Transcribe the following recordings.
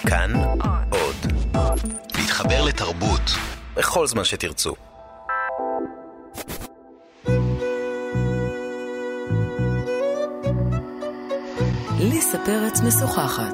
כאן עוד. להתחבר לתרבות בכל זמן שתרצו. ליסה פרץ משוחחת.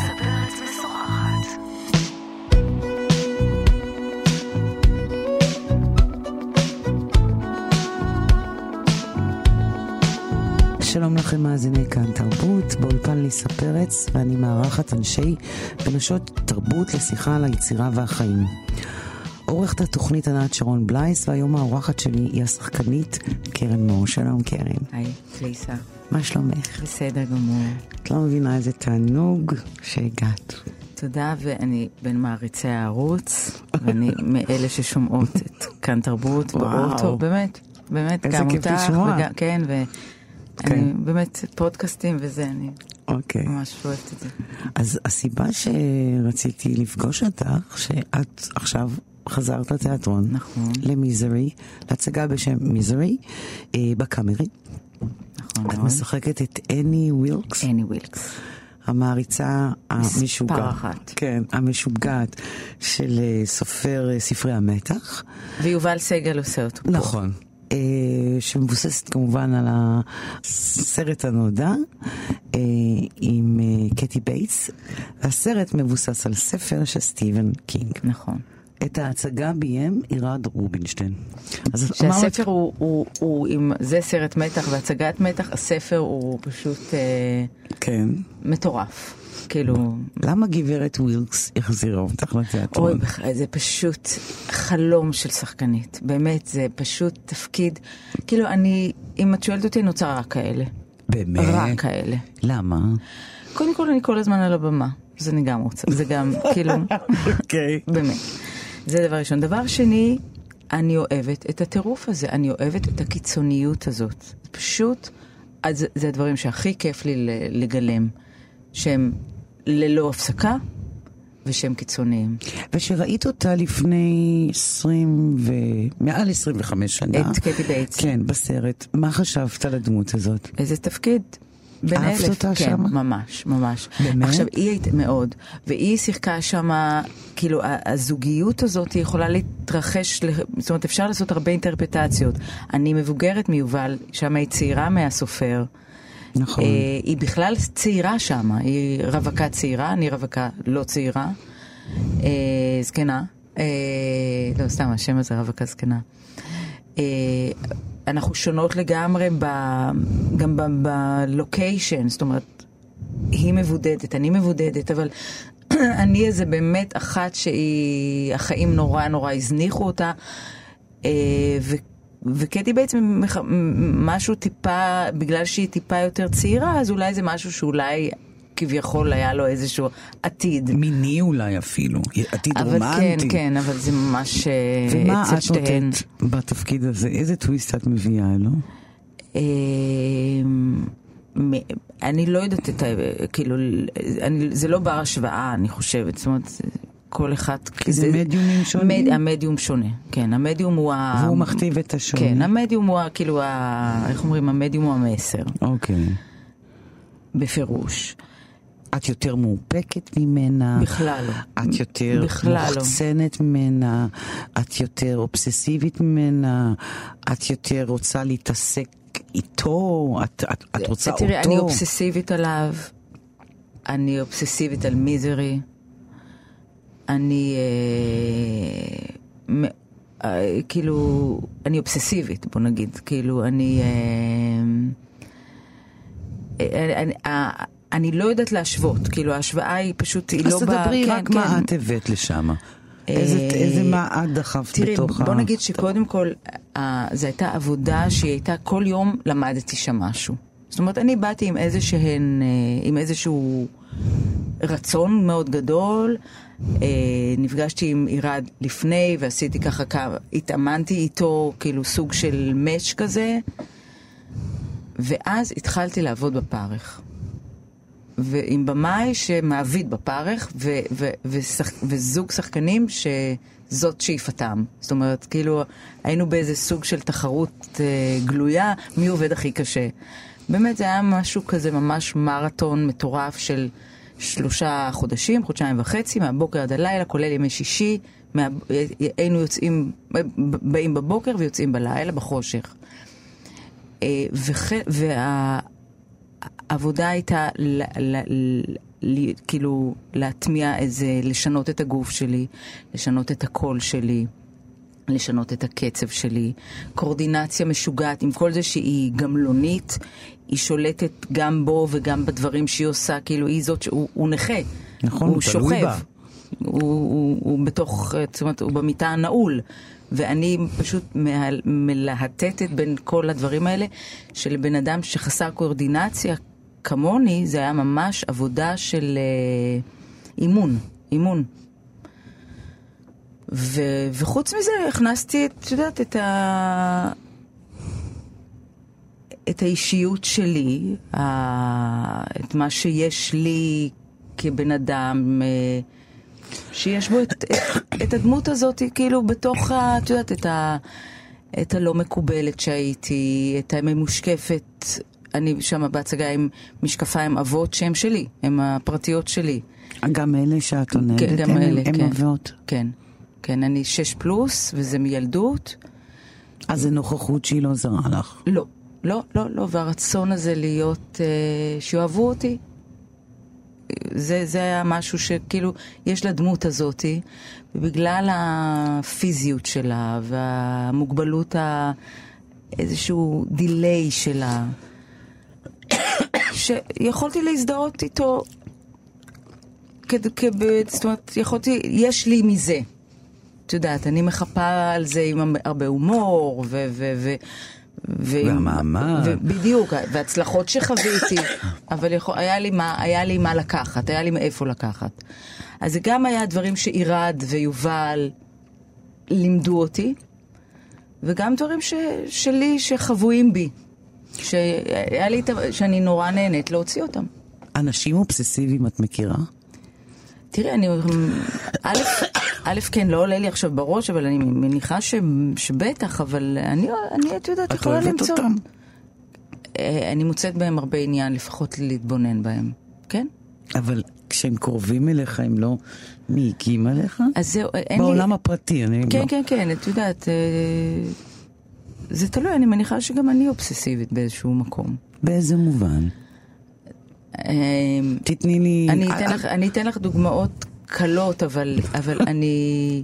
שלום לכם מאזיני כאן תרבות, באולפן ליסה פרץ, ואני מארחת אנשי ונשות תרבות לשיחה על היצירה והחיים. עורכת התוכנית ענת שרון בלייס, והיום האורחת שלי היא השחקנית קרן מור. שלום קרן. היי, ליסה. מה שלומך? בסדר גמור. את לא מבינה איזה תענוג שהגעת. תודה, ואני בין מעריצי הערוץ, ואני מאלה ששומעות את כאן תרבות באוטו, באמת, גם אותך, כן, אני באמת פודקאסטים וזה, אני ממש אוהבת את זה. אז הסיבה שרציתי לפגוש אותך, שאת עכשיו חזרת לתיאטרון, נכון, למיזרי, להצגה בשם מיזרי, בקאמרי. נכון. את משחקת את אני ווילקס. אני ווילקס. המעריצה המשוגעת. מספר אחת. כן, המשוגעת של סופר ספרי המתח. ויובל סגל עושה אותו. נכון. שמבוססת כמובן על הסרט הנודע עם קטי בייטס. הסרט מבוסס על ספר של סטיבן קינג. נכון. את ההצגה ביים עירד רובינשטיין. שהספר הוא זה סרט מתח והצגת מתח, הספר הוא פשוט כן. מטורף. כאילו... למה גברת ווילקס החזירה אותך לתיאטרון? אוי, זה פשוט חלום של שחקנית. באמת, זה פשוט תפקיד. כאילו, אם את שואלת אותי, נוצר רק כאלה. באמת? רק כאלה. למה? קודם כל, אני כל הזמן על הבמה. זה אני גם רוצה. זה גם, כאילו... אוקיי. באמת. זה דבר ראשון. דבר שני, אני אוהבת את הטירוף הזה. אני אוהבת את הקיצוניות הזאת. פשוט, זה הדברים שהכי כיף לי לגלם. שהם ללא הפסקה, ושהם קיצוניים. ושראית אותה לפני מעל 25 שנה. את קטי בייטס. כן, בסרט. מה חשבת על הדמות הזאת? איזה תפקיד? אהבת אותה כן, שמה? ממש, ממש. באמת? עכשיו, היא הייתה מאוד, והיא שיחקה שמה, כאילו, הזוגיות הזאת היא יכולה להתרחש, זאת אומרת, אפשר לעשות הרבה אינטרפטציות. אני מבוגרת מיובל, שמה היא צעירה מהסופר, נכון. היא בכלל צעירה שם, היא רווקה צעירה, אני רווקה לא צעירה, זקנה, לא סתם, השם הזה רווקה זקנה. אנחנו שונות לגמרי גם בלוקיישן, זאת אומרת, היא מבודדת, אני מבודדת, אבל אני איזה באמת אחת שהחיים נורא נורא הזניחו אותה, וקטי בעצם משהו טיפה, בגלל שהיא טיפה יותר צעירה, אז אולי זה משהו שאולי כביכול היה לו איזשהו עתיד. מיני אולי אפילו, עתיד אבל רומנטי. כן, אבל זה ממש ומה אצל את שתיהן. נותנת בתפקיד הזה? איזה טוויסט את מביאה, לא? אני לא יודעת כאילו, זה לא בר השוואה, אני חושבת, זאת אומרת, כל אחד... כי זה מדיומים שונים? המדיום שונה, כן, המדיום הוא והוא מכתיב את השונה. כן, המדיום הוא כאילו, איך אומרים, המדיום הוא המסר. אוקיי. בפירוש. את יותר מאופקת ממנה? בכלל לא. את יותר מוחצנת ממנה? את יותר אובססיבית ממנה? את יותר רוצה להתעסק איתו? את רוצה אותו? תראי, אני אובססיבית עליו. אני אובססיבית על מיזרי. אני כאילו, אני אובססיבית, בוא נגיד. כאילו, אני לא יודעת להשוות, כאילו ההשוואה היא פשוט, היא לא אז תדברי רק מה את הבאת לשם. איזה מה את דחפת בתוכה? תראי, בוא נגיד שקודם כל, זו הייתה עבודה שהיא הייתה, כל יום למדתי שם משהו. זאת אומרת, אני באתי עם איזשהו רצון מאוד גדול, נפגשתי עם עירד לפני, ועשיתי ככה, התאמנתי איתו, כאילו סוג של מש כזה, ואז התחלתי לעבוד בפרך. ועם במאי שמעביד בפרך, וזוג שחקנים שזאת שאיפתם. זאת אומרת, כאילו, היינו באיזה סוג של תחרות גלויה, מי עובד הכי קשה. באמת זה היה משהו כזה ממש מרתון מטורף של 3 חודשים, 1.5 מהבוקר עד הלילה, כולל ימי שישי, היינו יוצאים, באים בבוקר ויוצאים בלילה, בחושך. והעבודה הייתה כאילו להטמיע איזה, לשנות את הגוף שלי, לשנות את הקול שלי, לשנות את הקצב שלי, קורדינציה משוגעת, עם כל זה שהיא גמלונית, היא שולטת גם בו וגם בדברים שהיא עושה, כאילו היא זאת שהוא נכה, נכון, הוא שוכב, הוא בתוך, זאת אומרת, הוא במיטה הנעול, ואני פשוט מלהטטת בין כל הדברים האלה, שלבן אדם שחסר קורדינציה כמוני, זה היה ממש עבודה של אימון. וחוץ מזה הכנסתי, את יודעת, את האישיות שלי, את מה שיש לי כבן אדם, שיש בו את הדמות הזאת, כאילו בתוך, את יודעת, את הלא מקובלת שהייתי, את הממושקפת, אני שם בהצגה עם משקפיים אבות שהם שלי, הם הפרטיות שלי. גם אלה שאת עונדת, כן, גם אלה, הם כן. אבות? כן, כן, אני 6+, וזה מילדות. אז זה נוכחות שהיא לא זרה לך? לא, והרצון הזה להיות, שאוהבו אותי, זה היה משהו שכאילו, יש לה דמות הזאת, ובגלל הפיזיות שלה, והמוגבלות, איזשהו דיליי שלה, שיכולתי להזדהות איתו, זאת אומרת, יש לי מזה. את יודעת, אני מחפה על זה עם הרבה הומור, והמאמר. בדיוק, והצלחות שחוויתי, אבל היה לי מה לקחת, היה לי מאיפה לקחת. אז זה גם היה דברים שאירד ויובל לימדו אותי, וגם דברים שלי שחבויים בי, שהיה לי, שאני נורא נהנית להוציא אותם. אנשים אובססיביים את מכירה? תראי, א', כן, לא עולה לי עכשיו בראש, אבל אני מניחה שבטח, אבל אני את יודעת, יכולה למצוא. את אוהבת אותם? אני מוצאת בהם הרבה עניין, לפחות להתבונן בהם, כן? אבל כשהם קרובים אליך, הם לא מעיקים עליך? אז זהו, אין לי... בעולם הפרטי, אני כן, לא... כן, כן, את יודעת, זה תלוי, אני מניחה שגם אני אובססיבית באיזשהו מקום. באיזה מובן? תתני לי... אני אתן לך דוגמאות קלות, אבל אני...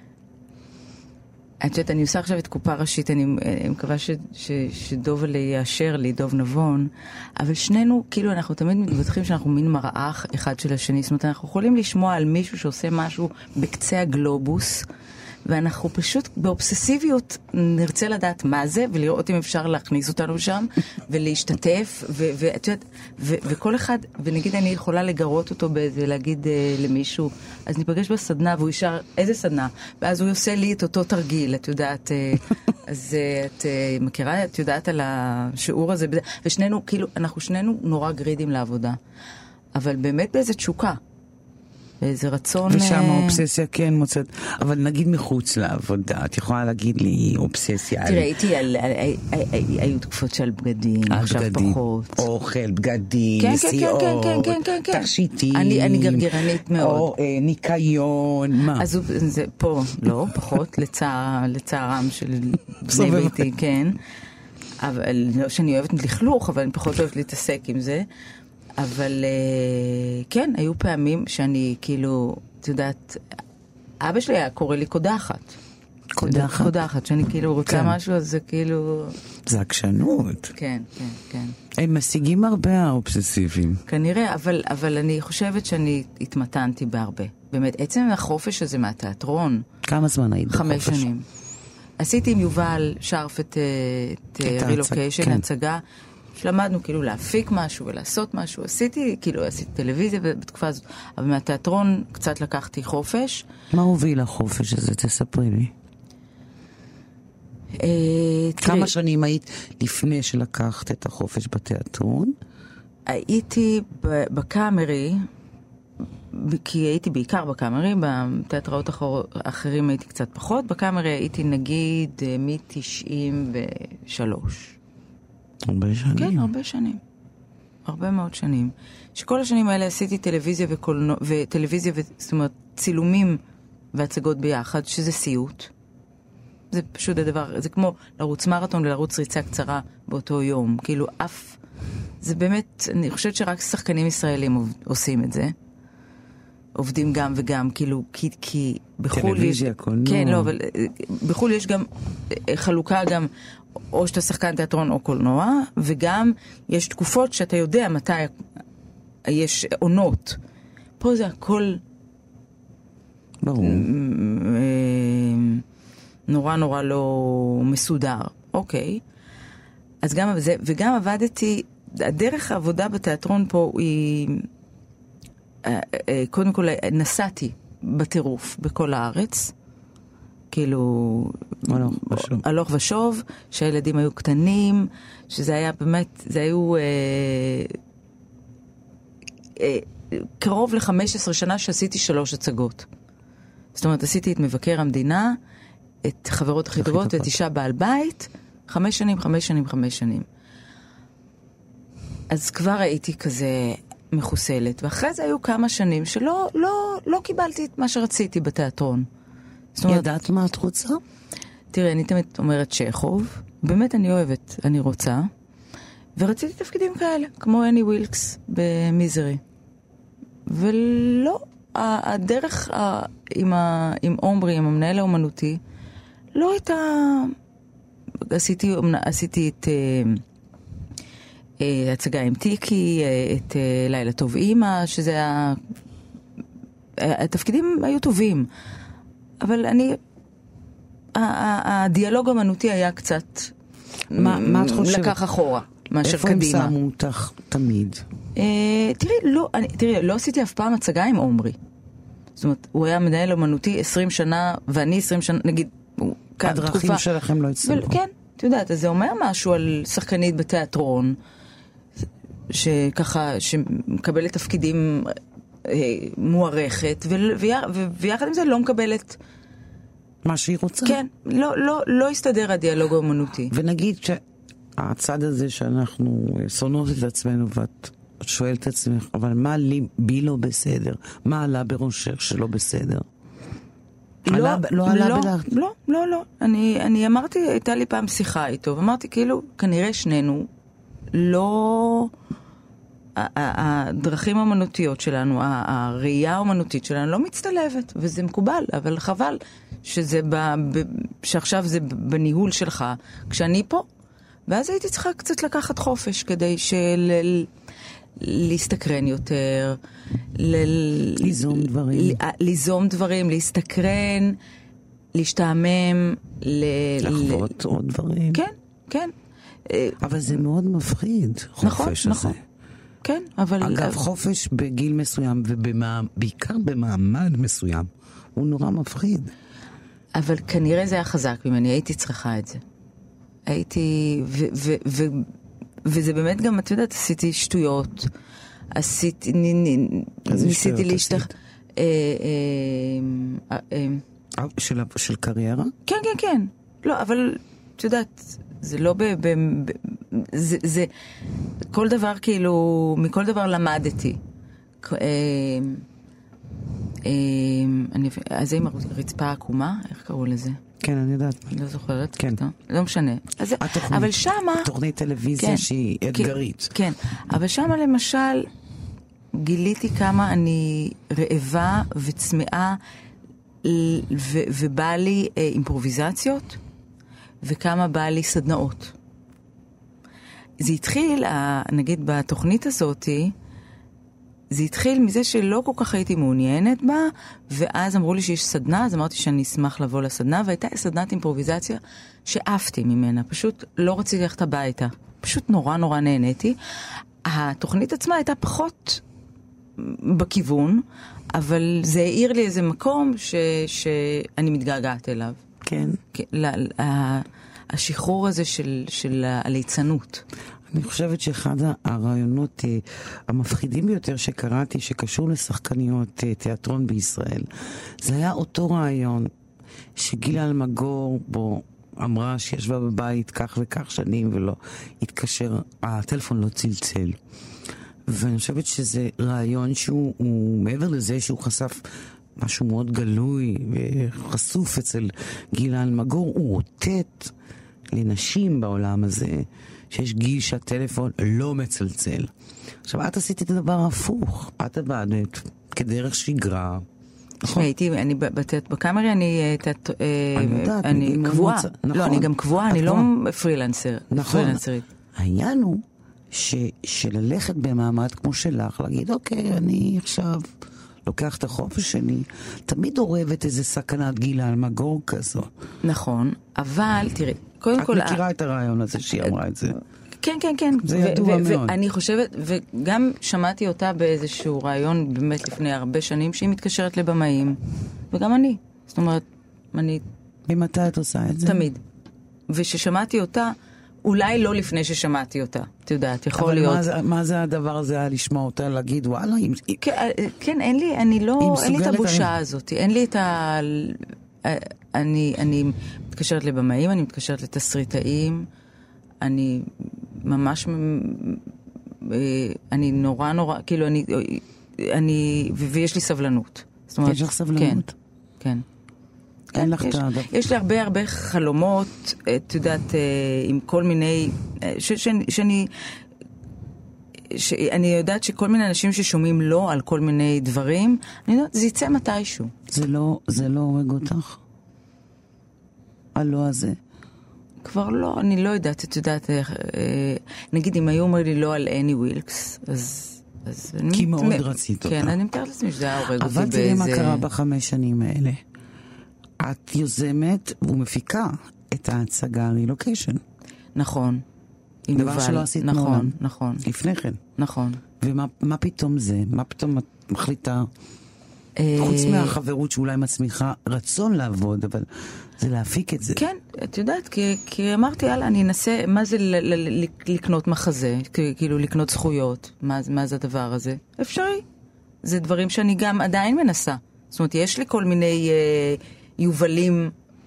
את יודעת, אני עושה עכשיו את קופה ראשית, אני מקווה שדוב עלי יאשר לי, דוב נבון, אבל שנינו, כאילו, אנחנו תמיד מתבטחים שאנחנו מין מראה אחד של השני, זאת אומרת, אנחנו יכולים לשמוע על מישהו שעושה משהו בקצה הגלובוס, ואנחנו פשוט באובססיביות נרצה לדעת מה זה, ולראות אם אפשר להכניס אותנו שם, ולהשתתף, ואת יודעת, וכל אחד, ונגיד אני יכולה לגרות אותו ולהגיד למישהו, אז ניפגש בסדנה, והוא ישר, איזה סדנה? ואז הוא עושה לי את אותו תרגיל, את יודעת, אז את מכירה, את יודעת על השיעור הזה, ושנינו, כאילו, אנחנו שנינו נורא גרידים לעבודה, אבל באמת באיזה תשוקה. איזה רצון... ושם האובססיה כן מוצאת, אבל נגיד מחוץ לעבודה, את יכולה להגיד לי אובססיה... תראה, הייתי היו תקופות של בגדים, עכשיו פחות. אוכל, בגדים, נסיעות, תכשיטים. אני גרגרנית מאוד. או ניקיון, מה? אז זה פה, לא, פחות, לצערם של בני ביתי, כן. אבל לא שאני אוהבת לכלוך, אבל אני פחות אוהבת להתעסק עם זה. אבל כן, היו פעמים שאני כאילו, את יודעת, אבא שלי היה קורא לי קודחת. קודחת, שאני כאילו רוצה משהו, אז זה כאילו... זה עקשנות. כן, כן, כן. הם משיגים הרבה האובססיביים. כנראה, אבל אני חושבת שאני התמתנתי בהרבה. באמת, עצם החופש הזה מהתיאטרון. כמה זמן היית בחופש? 5 שנים. עשיתי עם יובל שרף את רילוקיישן, הצגה. למדנו כאילו להפיק משהו ולעשות משהו. עשיתי טלוויזיה בתקופה הזאת, אבל מהתיאטרון קצת לקחתי חופש. מה הוביל החופש הזה? תספרי לי. כמה שנים היית לפני שלקחת את החופש בתיאטרון? הייתי בקאמרי, כי הייתי בעיקר בקאמרי, בתיאטראות האחרים הייתי קצת פחות. בקאמרי הייתי נגיד מ-93. הרבה שנים. כן, הרבה שנים. הרבה מאוד שנים. שכל השנים האלה עשיתי טלוויזיה זאת אומרת, צילומים והצגות ביחד, שזה סיוט. זה פשוט הדבר, זה כמו לרוץ מרתון ולרוץ ריצה קצרה באותו יום. כאילו זה באמת, אני חושבת שרק שחקנים ישראלים עושים את זה. עובדים גם וגם, כאילו, כי בחול טלוויזיה, קולנוע. כן, לא, אבל בחול יש גם חלוקה גם, או שאתה שחקן תיאטרון או קולנוע, וגם יש תקופות שאתה יודע מתי יש עונות. פה זה הכל ברור. נורא נורא לא מסודר. אוקיי. אז גם זה, וגם עבדתי, הדרך העבודה בתיאטרון פה היא, קודם כל נסעתי בטירוף בכל הארץ, כאילו הלוך ושוב, שהילדים היו קטנים, שזה היה באמת, זה היו קרוב ל-15 שנה שעשיתי 3 הצגות. זאת אומרת, עשיתי את מבקר המדינה, את חברות הכי טובות ואת אישה בעל בית, 5 שנים. אז כבר הייתי כזה מחוסלת, ואחרי זה היו כמה שנים שלא לא קיבלתי את מה שרציתי בתיאטרון. ידעת מה את רוצה? תראה, אני תמיד אומרת צ'כוב, באמת אני אוהבת, אני רוצה, ורציתי תפקידים כאלה, כמו אני ווילקס במיזרי. ולא, הדרך עם עומרי, עם המנהל האומנותי, לא הייתה, עשיתי את הצגה עם טיקי, את לילה טוב אמא, שזה התפקידים היו טובים, אבל הדיאלוג האמנותי היה קצת מה את חושבת? לקח אחורה, מאשר איפה קדימה. הם שמו אותך תמיד? תראי, לא עשיתי אף פעם הצגה עם עומרי. זאת אומרת, הוא היה מנהל אומנותי 20 שנה, ואני 20 שנה, נגיד, הדרכים שלכם לא הצליחו. כן, את יודעת, אז זה אומר משהו על שחקנית בתיאטרון, שככה, שמקבלת תפקידים מוערכת, ויחד עם זה לא מקבלת מה שהיא רוצה. כן, לא הסתדר הדיאלוג האומנותי. ונגיד שהצד הזה שאנחנו שונאות את עצמנו, ואת שואלת את עצמך, אבל מה בי לא בסדר? מה עלה בראשך שלא בסדר? לא. אני אמרתי, הייתה לי פעם שיחה איתו, ואמרתי כאילו, כנראה שנינו לא, הדרכים האמנותיות שלנו, הראייה האמנותית שלנו לא מצטלבת, וזה מקובל, אבל חבל שעכשיו זה בניהול שלך, כשאני פה, ואז הייתי צריכה קצת לקחת חופש, כדי להסתקרן יותר, ליזום דברים, להסתקרן, להשתעמם, לחוות עוד דברים. כן. אבל זה מאוד מפחיד, חופש הזה. כן, אבל... אגב, חופש בגיל מסוים, ובעיקר במעמד מסוים, הוא נורא מפחיד. אבל כנראה זה היה חזק ממני, הייתי צריכה את זה. וזה באמת גם, את יודעת, עשיתי שטויות, ניסיתי להשתח... של קריירה? כן. לא, אבל, את יודעת, זה לא זה כל דבר כאילו, מכל דבר למדתי. אז עם הרצפה העקומה, איך קראו לזה? כן, אני יודעת. לא זוכרת. כן. לא משנה. אבל שמה... תוכנית טלוויזיה שהיא אתגרית. כן, אבל שמה למשל גיליתי כמה אני רעבה וצמאה ובא לי אימפרוביזציות וכמה בא לי סדנאות. זה התחיל, נגיד בתוכנית הזאת, זה התחיל מזה שלא כל כך הייתי מעוניינת בה, ואז אמרו לי שיש סדנה, אז אמרתי שאני אשמח לבוא לסדנה, והייתה סדנת אימפרוביזציה שאפתי ממנה, פשוט לא רציתי ללכת הביתה, פשוט נורא נהניתי. התוכנית עצמה הייתה פחות בכיוון, אבל זה העיר לי איזה מקום שאני מתגעגעת אליו. כן. השחרור הזה של הליצנות. אני חושבת שאחד הרעיונות המפחידים ביותר שקראתי, שקשור לשחקניות תיאטרון בישראל, זה היה אותו רעיון שגילה אלמגור בו אמרה שישבה בבית כך וכך שנים ולא התקשר, הטלפון לא צלצל. ואני חושבת שזה רעיון שהוא מעבר לזה שהוא חשף משהו מאוד גלוי וחשוף אצל גילה אלמגור, הוא רוטט לנשים בעולם הזה שיש גיל שהטלפון לא מצלצל. עכשיו, את עשית את הדבר ההפוך. את עבדת כדרך שגרה. אני בקאמרי, אני קבועה. לא, אני גם קבועה, אני לא פרילנסר. נכון. העניין הוא שללכת במעמד כמו שלך, להגיד, אוקיי, אני עכשיו לוקח את החופש שלי, תמיד עורבת איזה סכנת גילה אלמגור כזו. נכון, אבל תראי, קודם כל... את מכירה את הרעיון הזה שהיא אמרה את זה? כן, כן, כן. זה ידוע מאוד. ואני חושבת, וגם שמעתי אותה באיזשהו רעיון באמת לפני הרבה שנים, שהיא מתקשרת לבמאים, וגם אני. זאת אומרת, אני... ממתי את עושה את זה? תמיד. וששמעתי אותה, אולי לא לפני ששמעתי אותה. את יודעת, יכול להיות... אבל מה זה הדבר הזה היה לשמוע אותה, להגיד, וואלה, כן, אין לי את הבושה הזאת. אין לי את ה... אני מתקשרת לבמאים, אני מתקשרת לתסריטאים, אני ממש, אני נורא, כאילו, ויש לי סבלנות. יש לך סבלנות? כן. אין לך את הדבר. יש לי הרבה חלומות, את יודעת, עם כל מיני, אני יודעת שכל מיני אנשים ששומעים לא על כל מיני דברים, אני יודעת, זה יצא מתישהו. זה לא הורג אותך? הלא הזה? כבר לא, אני לא יודעת, את יודעת, נגיד אם היו אומרים לי לא על אני ווילקס, אז כי מאוד רצית אותה. כן, אני מתארת לעצמי שזה היה הורג אותי אבל תראי מה קרה ב5 שנים האלה. את יוזמת ומפיקה את ההצגה רילוקיישן. נכון. דבר שלא עשית מעולם. נכון. לפני כן. נכון. ומה פתאום זה? מה פתאום את מחליטה? חוץ מהחברות שאולי מצמיחה רצון לעבוד, אבל זה להפיק את זה. כן, את יודעת, כי אמרתי, יאללה, אני אנסה, מה זה לקנות מחזה? כאילו לקנות זכויות? מה זה הדבר הזה? אפשרי. זה דברים שאני גם עדיין מנסה. זאת אומרת, יש לי כל מיני יובלים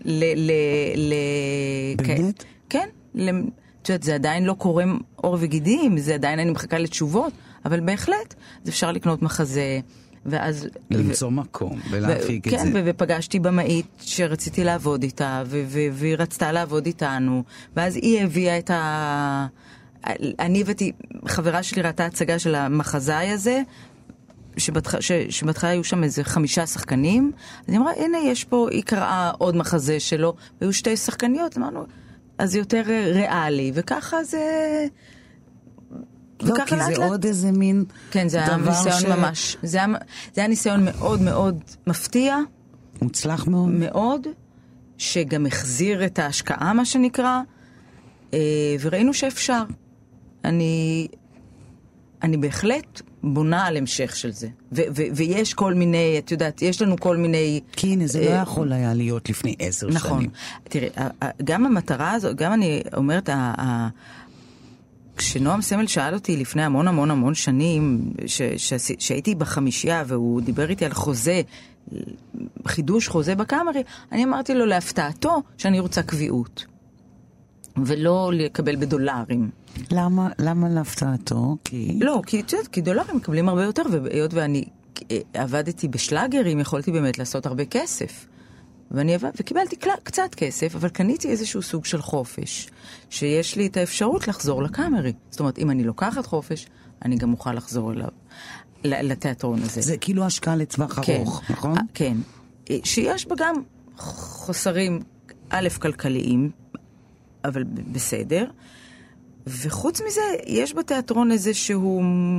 באמת? כן. את יודעת, זה עדיין לא קורם עור וגידים, זה עדיין אני מחכה לתשובות, אבל בהחלט, זה אפשר לקנות מחזה, ואז... למצוא מקום ולהפיק את זה. כן, ופגשתי במאית שרציתי לעבוד איתה, והיא רצתה לעבוד איתנו, ואז היא הביאה את אני הבאתי, חברה שלי ראתה הצגה של המחזאי הזה, שבהתחלה היו שם איזה 5 שחקנים, אז היא אמרה, הנה, יש פה, היא קראה עוד מחזה שלו, והיו 2 שחקניות, אמרנו, אז זה יותר ריאלי, וככה זה... לא, כי זה עוד איזה מין... כן, זה היה ניסיון ממש. זה היה ניסיון מאוד מאוד מפתיע. מוצלח מאוד. מאוד, שגם החזיר את ההשקעה, מה שנקרא, וראינו שאפשר. אני בהחלט בונה על המשך של זה. ויש כל מיני, את יודעת, יש לנו כל מיני... כי הנה, זה לא יכול היה להיות לפני 10 שנים. נכון. תראי, גם המטרה הזו, גם אני אומרת, כשנועם סמל שאל אותי לפני המון שנים, שהייתי בחמישייה, והוא דיבר איתי על חוזה, חידוש חוזה בקאמרי, אני אמרתי לו להפתעתו שאני רוצה קביעות. ולא לקבל בדולרים. למה להפתעתו? לא, כי דולרים מקבלים הרבה יותר, והיות ואני עבדתי בשלאגרים, יכולתי באמת לעשות הרבה כסף. וקיבלתי קצת כסף, אבל קניתי איזשהו סוג של חופש, שיש לי את האפשרות לחזור לקאמרי. זאת אומרת, אם אני לוקחת חופש, אני גם אוכל לחזור אליו, לתיאטרון הזה. זה כאילו השקעה לטווח ארוך, נכון? כן. שיש בה גם חוסרים א' כלכליים, אבל בסדר. וחוץ מזה, יש בתיאטרון איזשהו...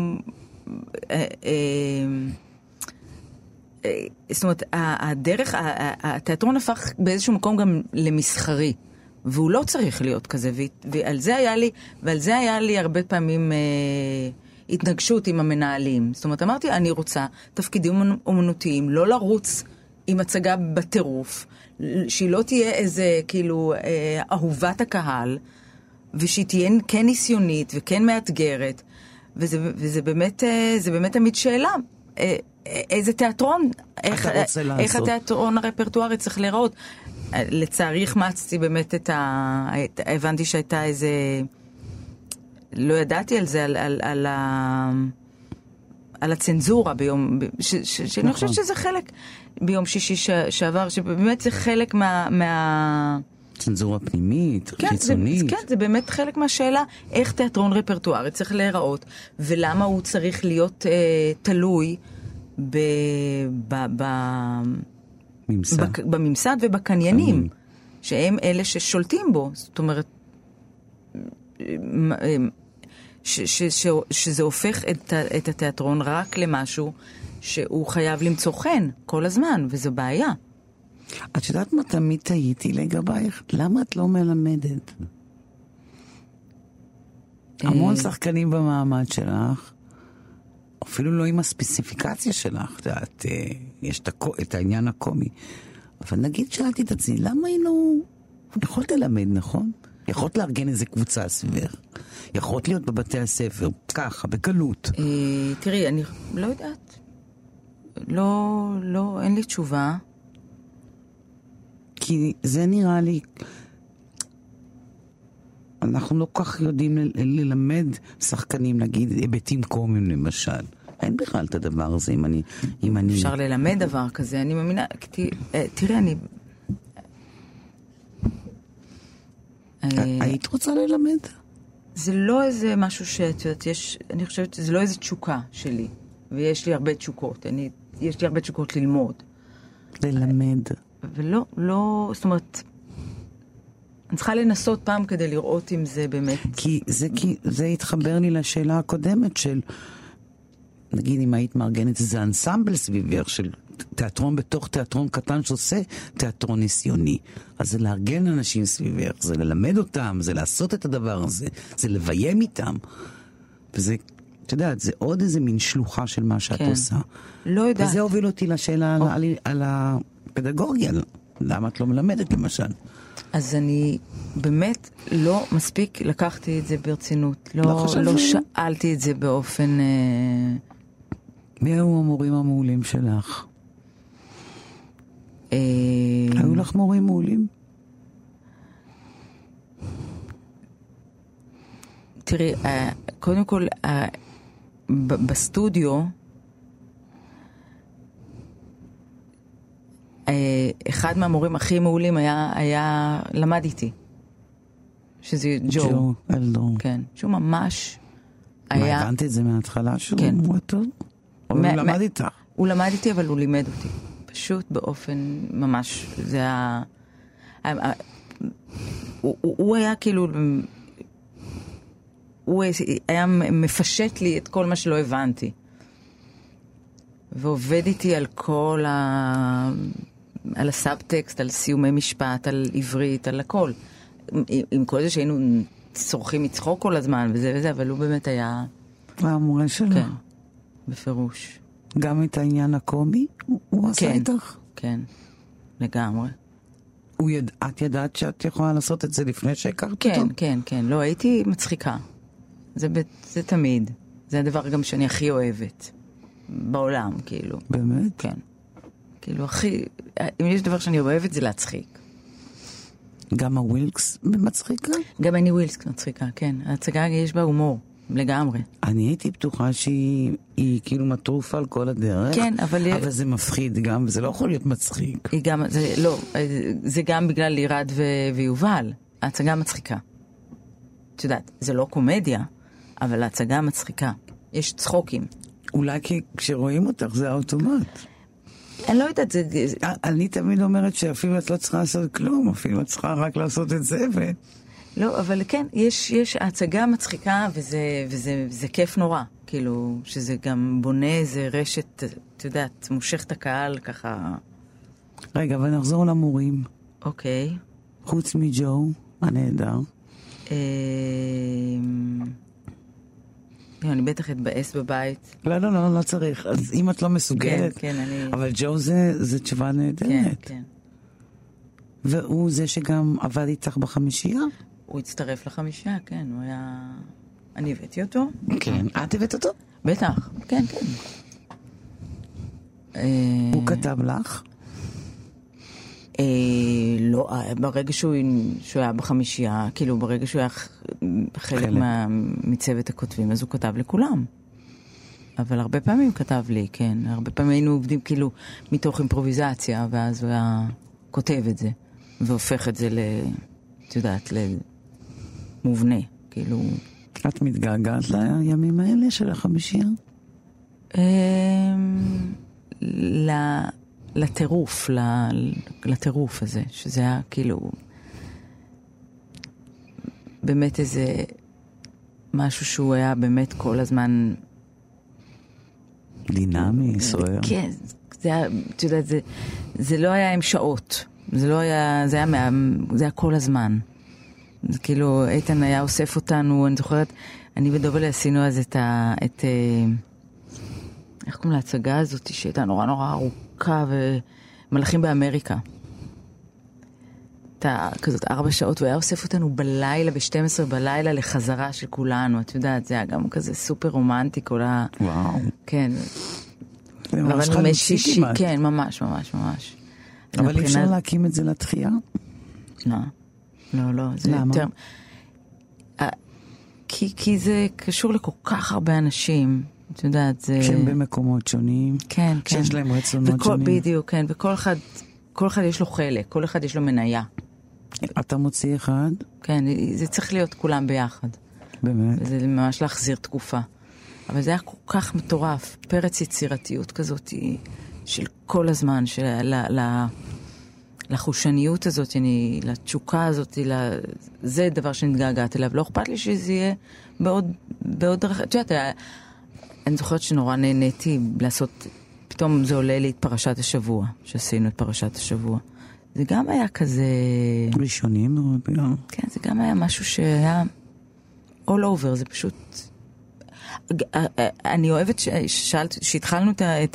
זאת אומרת, התיאטרון הפך באיזשהו מקום גם למסחרי, והוא לא צריך להיות כזה, ועל זה היה לי הרבה פעמים התנגשות עם המנהלים. זאת אומרת, אמרתי, אני רוצה תפקידים אומנותיים, לא לרוץ עם הצגה בטירוף, שהיא לא תהיה איזה, כאילו, אהובת הקהל, ושהיא תהיה כן ניסיונית וכן מאתגרת, וזה באמת תמיד שאלה. איזה תיאטרון, איך התיאטרון הרפרטוארי צריך להיראות. לצערי החמצתי באמת הבנתי שהייתה איזה, לא ידעתי על זה, על הצנזורה ביום, שאני חושבת שזה חלק, ביום שישי שעבר, שבאמת זה חלק צנזורה פנימית, חיצונית. כן, זה באמת חלק מהשאלה, איך תיאטרון רפרטוארי צריך להיראות, ולמה הוא צריך להיות תלוי בממסד ובקניינים, שהם אלה ששולטים בו. זאת אומרת, שזה הופך את התיאטרון רק למשהו שהוא חייב למצוא חן כל הזמן, וזו בעיה. את יודעת מה תמיד תהיתי לגבייך? למה את לא מלמדת? המון שחקנים במעמד שלך, אפילו לא עם הספציפיקציה שלך, יש את העניין הקומי. אבל נגיד שאלתי את עצמי, למה היא לא... יכולת ללמד, נכון? יכולת לארגן איזה קבוצה סביבך. יכולת להיות בבתי הספר, ככה, בקלות. תראי, אני לא יודעת. לא, אין לי תשובה. כי זה נראה לי... אנחנו לא כך יודעים ללמד שחקנים, נגיד, היבטים קומיים למשל. אין בכלל את הדבר הזה, אם אני... אפשר ללמד דבר כזה, אני מאמינה... תראה, אני... היית רוצה ללמד? זה לא איזה משהו שאת יודעת, אני חושבת שזה לא איזה תשוקה שלי, ויש לי הרבה תשוקות, יש לי הרבה תשוקות ללמוד. ללמד. ולא, זאת אומרת, אני צריכה לנסות פעם כדי לראות אם זה באמת... כי זה התחבר לי לשאלה הקודמת של, נגיד אם היית מארגנת איזה אנסמבל סביבך של תיאטרון בתוך תיאטרון קטן שעושה תיאטרון ניסיוני. אז זה לארגן אנשים סביבך, זה ללמד אותם, זה לעשות את הדבר הזה, זה לביים איתם. וזה, אתה יודעת, זה עוד איזה מין שלוחה של מה שאת עושה. לא יודעת. וזה הוביל אותי לשאלה על הפדגוגיה. למה את לא מלמדת למשל? אז אני באמת לא מספיק לקחתי את זה ברצינות. לא שאלתי את זה באופן... מי היו המורים המעולים שלך? היו לך מורים מעולים? תראי, קודם כל, בסטודיו, אחד מהמורים הכי מעולים למד איתי. שזה ג'ו. אלדור. כן, שהוא ממש היה... מה, הבנת את זה מההתחלה שלו? כן. הוא למד איתך? הוא למד איתי, אבל הוא לימד אותי. פשוט באופן ממש, זה הוא היה כאילו, הוא היה מפשט לי את כל מה שלא הבנתי. ועובד איתי על כל על הסאבטקסט, על סיומי משפט, על עברית, על הכל. עם כל זה שהיינו צורכים מצחוק כל הזמן וזה וזה, אבל הוא באמת היה... המורה שלו? כן, בפירוש. גם את העניין הקומי הוא עשה איתך? כן, לגמרי. את ידעת שאת יכולה לעשות את זה לפני שהכרת אותו? כן, כן, כן. לא, הייתי מצחיקה. זה תמיד. זה הדבר גם שאני הכי אוהבת. בעולם, כאילו. באמת? כן. כאילו, אם יש דבר שאני אוהבת, זה להצחיק. גם הווילקס מצחיקה? גם אני ווילקס מצחיקה, כן. ההצגה יש בה הומור, לגמרי. אני הייתי בטוחה שהיא כאילו מטרופה על כל הדרך. כן, אבל זה מפחיד גם, וזה לא יכול להיות מצחיק. זה גם בגלל לירד ויובל. ההצגה מצחיקה. את יודעת, זה לא קומדיה, אבל ההצגה מצחיקה. יש צחוקים. אולי כי כשרואים אותך זה האוטומט. אני לא יודעת, אני תמיד אומרת שאפילו את לא צריכה לעשות כלום, אפילו את צריכה רק לעשות את זה. לא, אבל כן, יש הצגה מצחיקה, וזה כיף נורא. כאילו, שזה גם בונה איזה רשת, את יודעת, מושך את הקהל ככה. רגע, אבל נחזור למורים. אוקיי. חוץ מג'ו, הנהדר. אני בטח אתבאס בבית. לא צריך. אז אם את לא מסוגלת... כן, אני... אבל ג'ו זה תשובה נהדרת. כן, כן. והוא זה שגם עבד איתך בחמישייה? הוא הצטרף לחמישייה, כן. הוא היה... אני הבאתי אותו. כן. את הבאת אותו? בטח, כן, כן. הוא כתב לך? לא, ברגע שהוא היה בחמישייה, כאילו ברגע שהוא היה חלק מצוות הכותבים, אז הוא כתב לכולם. אבל הרבה פעמים כתב לי, כן. הרבה פעמים היינו עובדים כאילו מתוך אימפרוביזציה, ואז הוא היה כותב את זה, והופך את זה את יודעת, למובנה, כאילו. את מתגעגעת לימים האלה של החמישייה? לטירוף הזה, שזה היה כאילו באמת איזה משהו שהוא היה באמת כל הזמן דינמי, סוער. כן, זה היה, את יודעת, זה לא היה עם שעות, זה לא היה, זה היה כל הזמן. זה כאילו, איתן היה אוסף אותנו, אני זוכרת, אני ודובל עשינו אז את איך קוראים להצגה הזאת שהייתה נורא נורא ארוכה ומלאכים באמריקה. הייתה כזאת 4 שעות, והוא היה אוסף אותנו בלילה, ב-12 בלילה לחזרה של כולנו, את יודעת, זה היה גם כזה סופר רומנטי, כל ה... וואו. כן. זה ממש חלוצי כמעט. כן, ממש, ממש, ממש. אבל אפשר להקים את זה לתחייה? לא. לא. למה? יותר... כי זה קשור לכל כך הרבה אנשים, את יודעת, זה... שהם במקומות שונים. כן. שיש להם רצונות שונים. בדיוק, כן, וכל אחד יש לו חלק, כל אחד יש לו מניה. אתה מוציא אחד? כן, זה צריך להיות כולם ביחד. באמת? זה ממש להחזיר תקופה. אבל זה היה כל כך מטורף, פרץ יצירתיות כזאת של כל הזמן, לחושניות הזאת, לתשוקה הזאת, זה דבר שנתגעגעת אליו. לא אכפת לי שזה יהיה בעוד דרך. את יודעת, אני זוכרת שנורא נהניתי לעשות, פתאום זה עולה לי את פרשת השבוע, שעשינו את פרשת השבוע. זה גם היה כזה... ראשוני מאוד. כן, זה גם היה משהו שהיה all over, זה פשוט... אני אוהבת שהתחלנו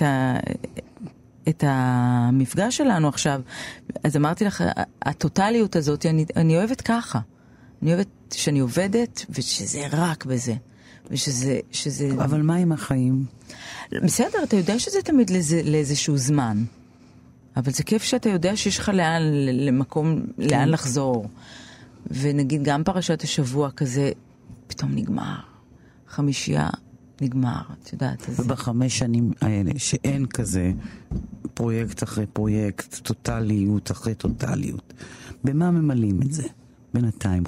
את המפגש שלנו עכשיו, אז אמרתי לך, הטוטליות הזאת, אני אוהבת ככה. אני אוהבת שאני עובדת, ושזה רק בזה. ושזה... אבל מה עם החיים? בסדר, אתה יודע שזה תמיד לאיזשהו זמן. אבל זה כיף שאתה יודע שיש לך לאן לחזור. ונגיד גם פרשת השבוע כזה, פתאום נגמר. חמישייה נגמר, את יודעת. וב5 שנים האלה, שאין כזה פרויקט אחרי פרויקט, טוטליות אחרי טוטליות, במה ממלאים את זה בינתיים?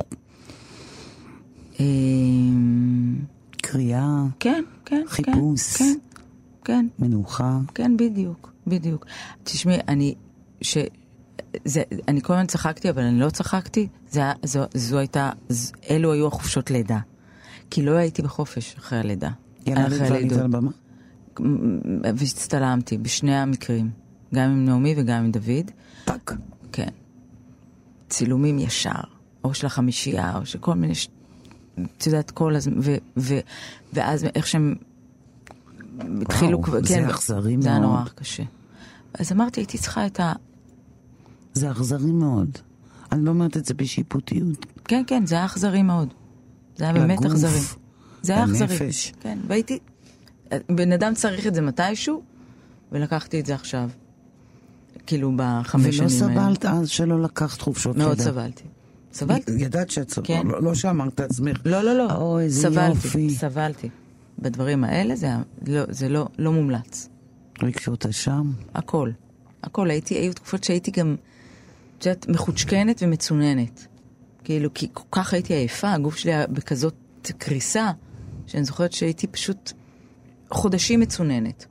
קריאה? כן. חיפוש? כן. מנוחה? כן, בדיוק. תשמעי, אני כל הזמן צחקתי, אבל אני לא צחקתי, אלו היו החופשות לידה. כי לא הייתי בחופש אחרי הלידה. ילדת ועלית על הבמה? והצטלמתי בשני המקרים. גם עם נעמי וגם עם דוד. טק. כן. צילומים ישר. או של החמישייה, או של כל מיני... את יודעת, כל הזמן... ואז איך שהם... התחילו... זה אכזרי מאוד. זה היה נורא קשה. אז אמרתי, הייתי צריכה את זה אכזרי מאוד. אני לא אומרת את זה בשיפוטיות. כן, זה היה אכזרי מאוד. זה היה באמת אכזרי. זה היה אכזרי. לנפש. כן, והייתי... בן אדם צריך את זה מתישהו, ולקחתי את זה עכשיו. כאילו ב5 שנים. ולא סבלת אז שלא לקחת חופשות לידה? מאוד סבלתי. ידעת שאת כן. לא שאמרת עצמך. לא. אוי, איזה יופי. סבלתי. בדברים האלה זה לא מומלץ. רגשות אשם? הכל. היו תקופות שהייתי גם, את יודעת, מחושקנת ומצוננת. כאילו, כי כל כך הייתי עייפה, הגוף שלי היה בכזאת קריסה, שאני זוכרת שהייתי פשוט חודשים מצוננת.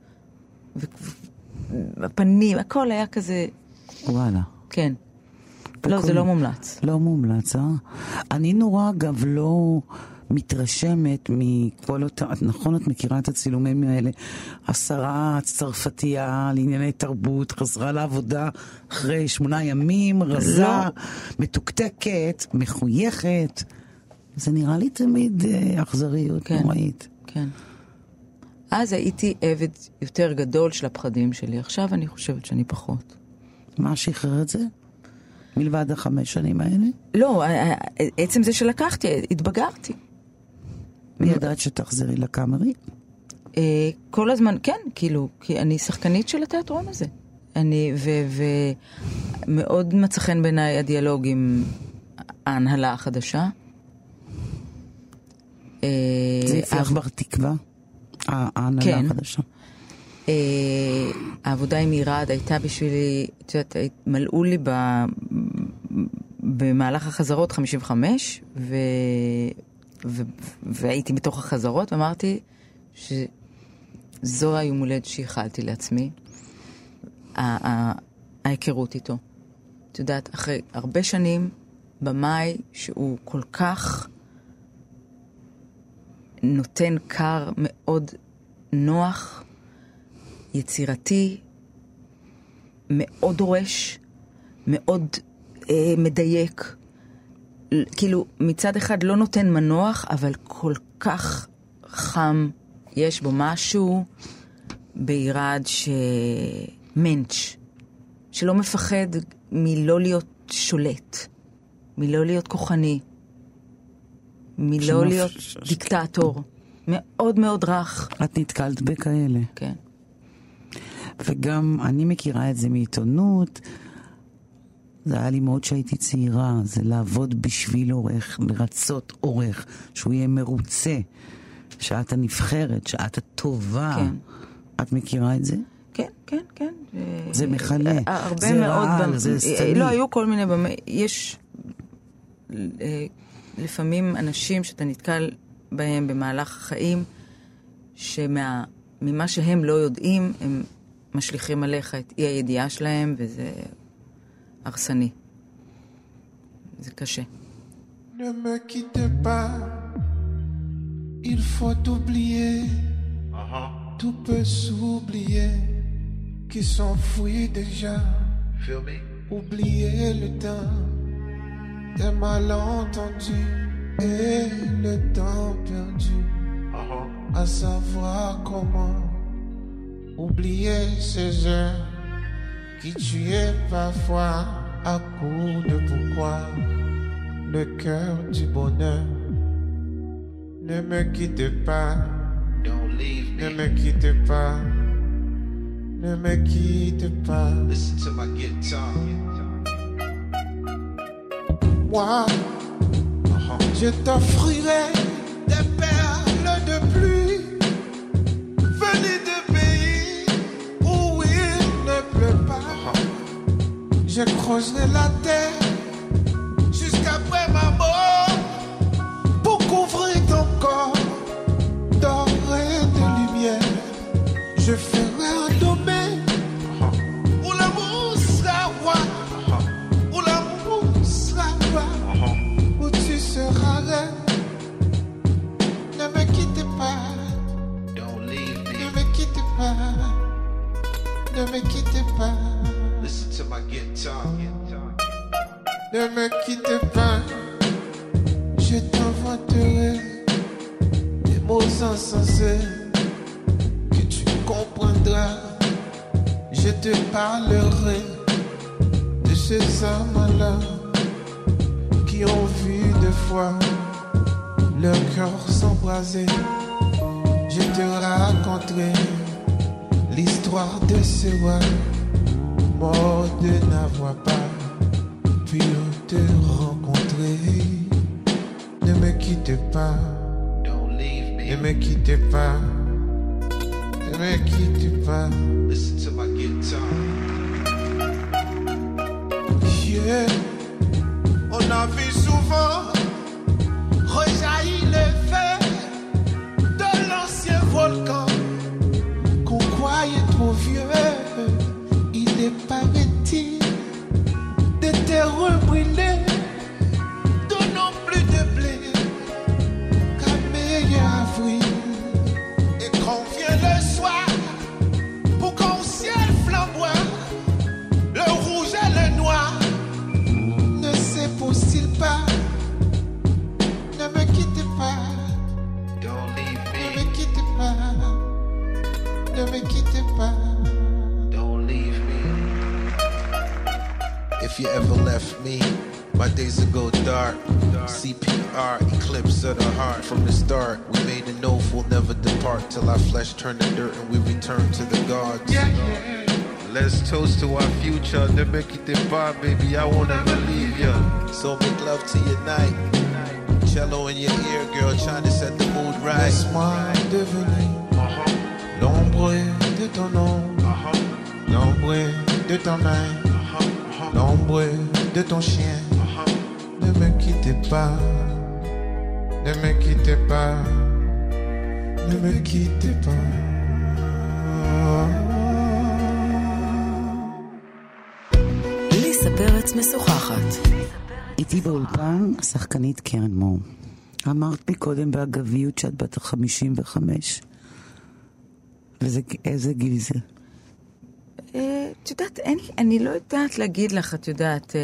והפנים, הכל היה כזה... וואלה. כן. לא, זה לא מומלץ. לא מומלץ, אני נורא, אגב, לא מתרשמת מכל אותה... נכון, את מכירה את הצילומים האלה? השרה הצרפתייה לענייני תרבות, חזרה לעבודה אחרי 8 ימים, רזה, מתוקתקת, מחויכת. זה נראה לי תמיד אכזריות נוראית. כן. אז הייתי עבד יותר גדול של הפחדים שלי. עכשיו אני חושבת שאני פחות. מה שחרר את זה? מלבד 5 שנים האלה? לא, עצם זה שלקחתי, התבגרתי. מי ידעת שתחזרי לקאמרי? כל הזמן, כן, כאילו, כי אני שחקנית של התיאטרון הזה. ומאוד מצא חן בעיניי הדיאלוג עם ההנהלה החדשה. זה יפתח בר תקווה, ההנהלה החדשה. העבודה עם ירד הייתה בשבילי, את יודעת, מלאו לי במהלך החזרות 55, והייתי בתוך החזרות, ואמרתי שזו היום הולד שהחלתי לעצמי, ההיכרות איתו. את יודעת, אחרי הרבה שנים, במאי שהוא כל כך נותן קר מאוד נוח, יצירתי, מאוד דורש, מאוד מדייק. כאילו מצד אחד לא נותן מנוח, אבל כל כך חם. יש בו משהו בירד שמנץ', שלא מפחד מלא להיות שולט, מלא להיות כוחני, מלא להיות דיקטטור. מאוד מאוד רך. את נתקלת בכאלה. כן. וגם אני מכירה את זה מעיתונות. זה היה לי מאוד שהייתי צעירה, זה לעבוד בשביל עורך, לרצות עורך, שהוא יהיה מרוצה, שאת הנבחרת, שאת הטובה. כן. את מכירה את זה? כן, כן, כן. זה מחלה, זה רעל, זה סתמי. לא, היו כל מיני, יש לפעמים אנשים שאתה נתקל בהם במהלך החיים, ממה שהם לא יודעים, הם משליכים עליך את אי הידיעה שלהם, וזה הרסני. זה קשה. Ne me quitte pas, il faut oublier, tout peut s'oublier, qui s'enfuit déjà, oublier le temps, des malentendus et le temps perdu, à savoir comment oublier ces heures qui tuaient parfois à coup de pourquoi le cœur du bonheur. Ne me quitte pas, Don't leave me. ne me quitte pas, ne me quitte pas. Listen to my guitar. Moi, je t'offrirai des perles de pluie venues de pays où il ne pleut pas. Je creuserai la terre jusqu'après ma mort pour couvrir ton corps d'or et de lumière. Je ferai un domaine où l'amour sera roi, où l'amour sera roi, où tu seras reine. Ne me quitte pas, Don't leave ne me. me quitte pas, ne me quitte pas. Listen to my guitar. Ne me quitte pas, je t'inventerai des mots insensés que tu comprendras. Je te parlerai de ces hommes-là qui ont vu deux fois leur cœur s'embraser. Je te raconterai l'histoire de ces rois morts de n'avoir pas pu te rencontrer. Ne me quitte pas, Don't leave ne me. me quitte pas, ne me quitte pas. Listen to my guitar. Yeah. On a vu souvent rejaillir le feu de l'ancien volcan qu'on croyait trop vieux. Il est paraît-il des terres brûlées, donnant plus de blé qu'à meilleur avril. Et quand vient le soir, pour qu'au ciel flamboie, le rouge et le noir, ne s'épouse-t-il pas? Ne me quitte pas, Don't leave ne me. me quitte pas, ne me quitte pas. Don't leave me. If you ever left me, my days would go dark. CPR, eclipse of the heart. From the start, we made an oath we'll never depart till our flesh turned to dirt and we return to the gods. Let's toast to our future. Ne me quitte pas, baby, I won't ever leave ya. So make love to your night. Cello in your ear, girl, trying to set the mood right. Laisse-moi devenir l'ombre de ton nom, l'ombre de ta main, l'ombre de ton chien. Ne me quittez pas, ne me quittez pas, ne me quittez pas. ליסה פרץ משוחחת. איתי באולפן השחקנית קרן מור. אמרת מקודם באגביות שאת בת 55. ואיזה גיל זה? את יודעת, אני לא יודעת להגיד לך, את יודעת...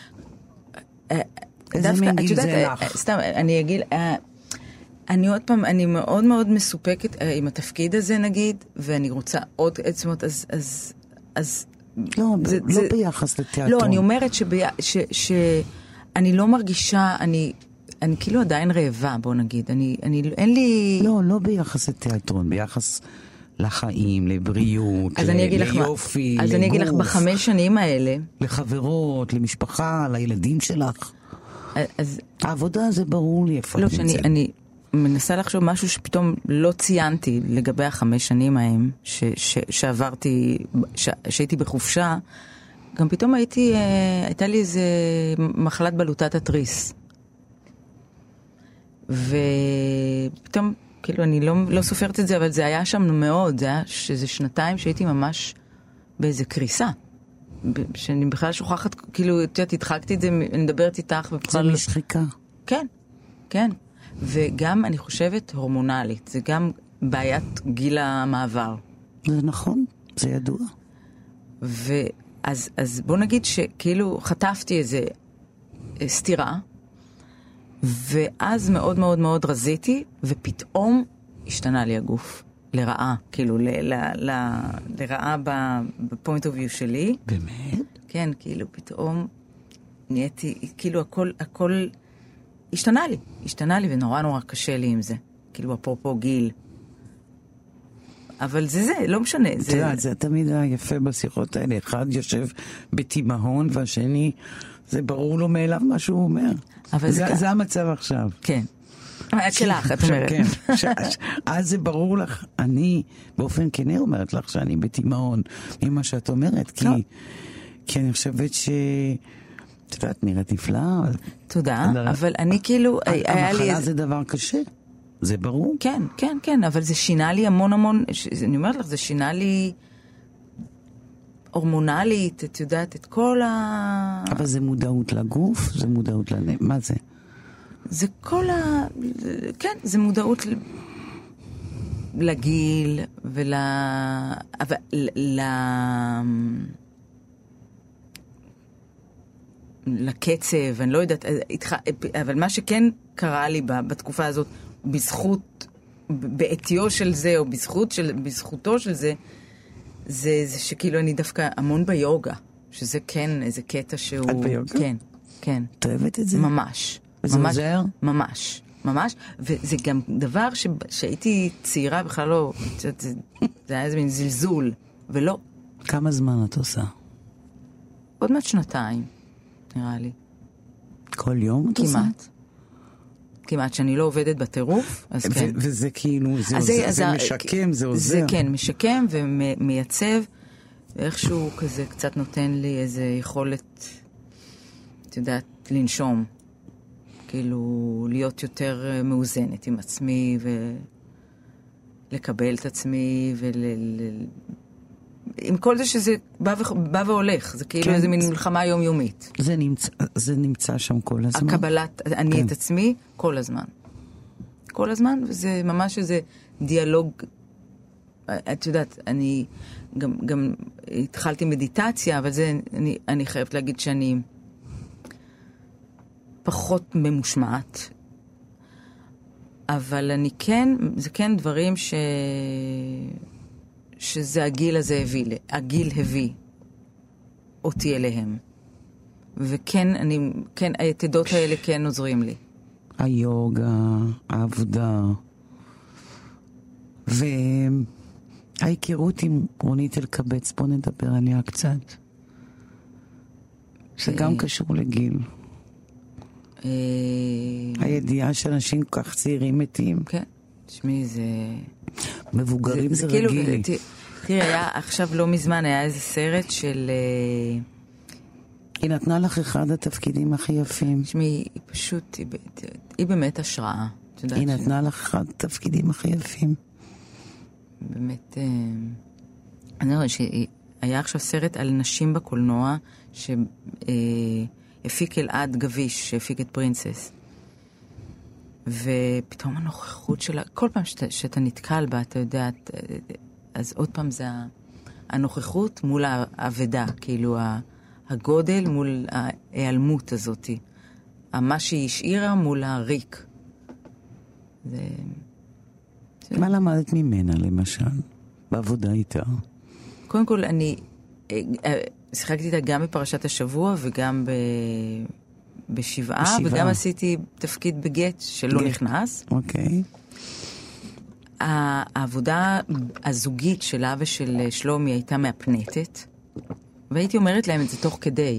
איזה מין גיל זה לך? סתם, אני אגיד... אני עוד פעם, אני מאוד מאוד מסופקת עם התפקיד הזה נגיד, ואני רוצה עוד עצמות, אז לא, לא ביחס לתיאטרון. לא, אני אומרת שאני לא מרגישה, אני כאילו עדיין רעבה, בוא נגיד. אין לי... לא ביחס לתיאטרון, ביחס לחיים, לבריאות, ליופי, אז אני אגיד לך, ב5 שנים האלה... לחברות, למשפחה, לילדים שלך. העבודה זה ברור לי איפה. לא, שאני מנסה לחשוב משהו שפתאום לא ציינתי לגבי 5 שנים ההם, שעברתי, שהייתי בחופשה, גם פתאום הייתה לי איזה מחלת בלוטת התריס. ופתאום, כאילו, אני לא סופרת את זה, אבל זה היה שם מאוד, זה היה שזה 2 שהייתי ממש באיזה קריסה. שאני בכלל שוכחת, כאילו, התחלקתי את זה, אני מדברת איתך. זה משחיקה. כן, כן. וגם, אני חושבת, הורמונלית. זה גם בעיית גיל המעבר. זה נכון, זה ידוע. אז בוא נגיד שכאילו חטפתי איזה סתירה, ואז מאוד מאוד מאוד רזיתי, ופתאום השתנה לי הגוף. לרעה, כאילו, לרעה בפוינט אוף ויו שלי. באמת? כן, כאילו, פתאום נהייתי, כאילו, הכל השתנה לי, ונורא נורא קשה לי עם זה. כאילו, אפרופו גיל. אבל זה, לא משנה. זה תמיד היה יפה בשיחות האלה. אחד יושב בתימהון, והשני, זה ברור לו מאליו מה שהוא אומר. זה המצב עכשיו. כן. שלך, את אומרת. כן, אז זה ברור לך. אני באופן כנה אומרת לך שאני בתימהון ממה שאת אומרת, כי אני חושבת את יודעת, נראית נפלא. תודה, אבל אני כאילו... המחלה זה דבר קשה, זה ברור. כן, כן, כן, אבל זה שינה לי המון, אני אומרת לך, זה שינה לי הורמונלית, את יודעת, את כל אבל זה מודעות לגוף, זה מודעות מה זה? זה כל כן, זה מודעות לגיל לקצב, אני לא יודעת, אבל מה שכן קרה לי בתקופה הזאת, בזכות, בעתיו של זה, או בזכותו של זה, זה שכאילו אני דווקא המון ביוגה, שזה כן איזה קטע שהוא... את ביוגה? כן, כן. את אוהבת את זה? ממש. וזה עוזר? ממש, ממש. וזה גם דבר שהייתי צעירה, בכלל לא, זה היה איזה מין זלזול, ולא. כמה זמן את עושה? עוד מעט 2, נראה לי. כל יום את עושה? כמעט שאני לא עובדת בטירוף, אז כן. וזה כאילו, זה משקם, זה עוזר. זה כן, משקם ומייצב, ואיכשהו כזה קצת נותן לי איזו יכולת, את יודעת, לנשום. כאילו, להיות יותר מאוזנת עם עצמי, ולקבל את עצמי, עם כל זה שזה בא והולך, זה כאילו איזה מין מלחמה יומיומית. זה נמצא שם כל הזמן. הקבלת, אני את עצמי כל הזמן. כל הזמן, וזה ממש איזה דיאלוג. את יודעת, אני גם התחלתי מדיטציה, אבל זה, אני חייבת להגיד שאני פחות ממושמעת. אבל אני כן, זה כן דברים שזה הגיל הזה הגיל הביא אותי אליהם. וכן, כן, היתדות האלה כן עוזרים לי. היוגה, העבודה. ההיכרות עם רונית אלקבץ, בוא נדבר עליה קצת. זה גם קשור לגיל. הידיעה שאנשים כל כך צעירים מתים. כן, תשמעי, זה... מבוגרים זה רגיל. תראי, היה עכשיו לא מזמן, היה איזה סרט של... היא נתנה לך אחד התפקידים הכי יפים. תשמעי, היא פשוט, היא באמת השראה. היא נתנה לך אחד התפקידים הכי יפים. באמת, אני רואה שהיה עכשיו סרט על נשים בקולנוע, שהפיק אלעד גביש, שהפיק את פרינסס. ופתאום הנוכחות שלה, כל פעם שאתה נתקל בה, אתה יודע, אז עוד פעם זה הנוכחות מול העבדה, כאילו הגודל מול ההיעלמות הזאת. מה שהיא השאירה מול הריק. מה למדת ממנה, למשל, בעבודה איתה? קודם כל, אני שיחקתי איתה גם בפרשת השבוע וגם בשבעה, וגם עשיתי תפקיד בגט שלא נכנס. אוקיי. העבודה הזוגית שלה ושל שלומי הייתה מהפנטת, והייתי אומרת להם את זה תוך כדי.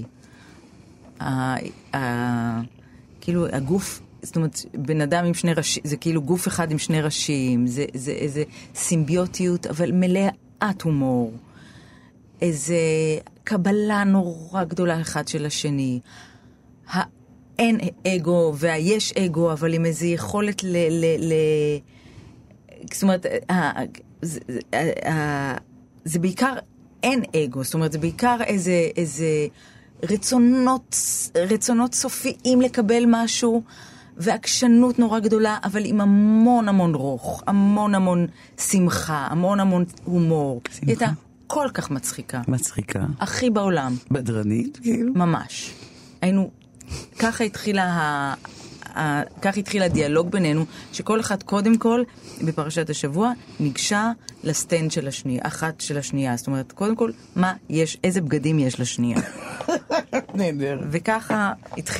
כאילו הגוף, זאת אומרת, בן אדם עם שני ראשים, זה כאילו גוף אחד עם שני ראשים, זה איזה סימביוטיות, אבל מלאת הומור. איזה קבלה נורא גדולה אחד של השני. אין אגו והיש אגו, אבל עם איזו יכולת זאת אומרת, זה בעיקר אין אגו, זאת אומרת, זה בעיקר איזה רצונות סופיים לקבל משהו, ועקשנות נורא גדולה, אבל עם המון המון רוח, המון המון שמחה, המון המון הומור. היא הייתה כל כך מצחיקה. מצחיקה. הכי בעולם. בדרנית, כאילו? ממש. היינו, ככה התחיל הדיאלוג בינינו, שכל אחד קודם כל, בפרשת השבוע, ניגשה לסטנד של השנייה, אחת של השנייה. זאת אומרת, קודם כל, איזה בגדים יש לשנייה. נהדר. וככה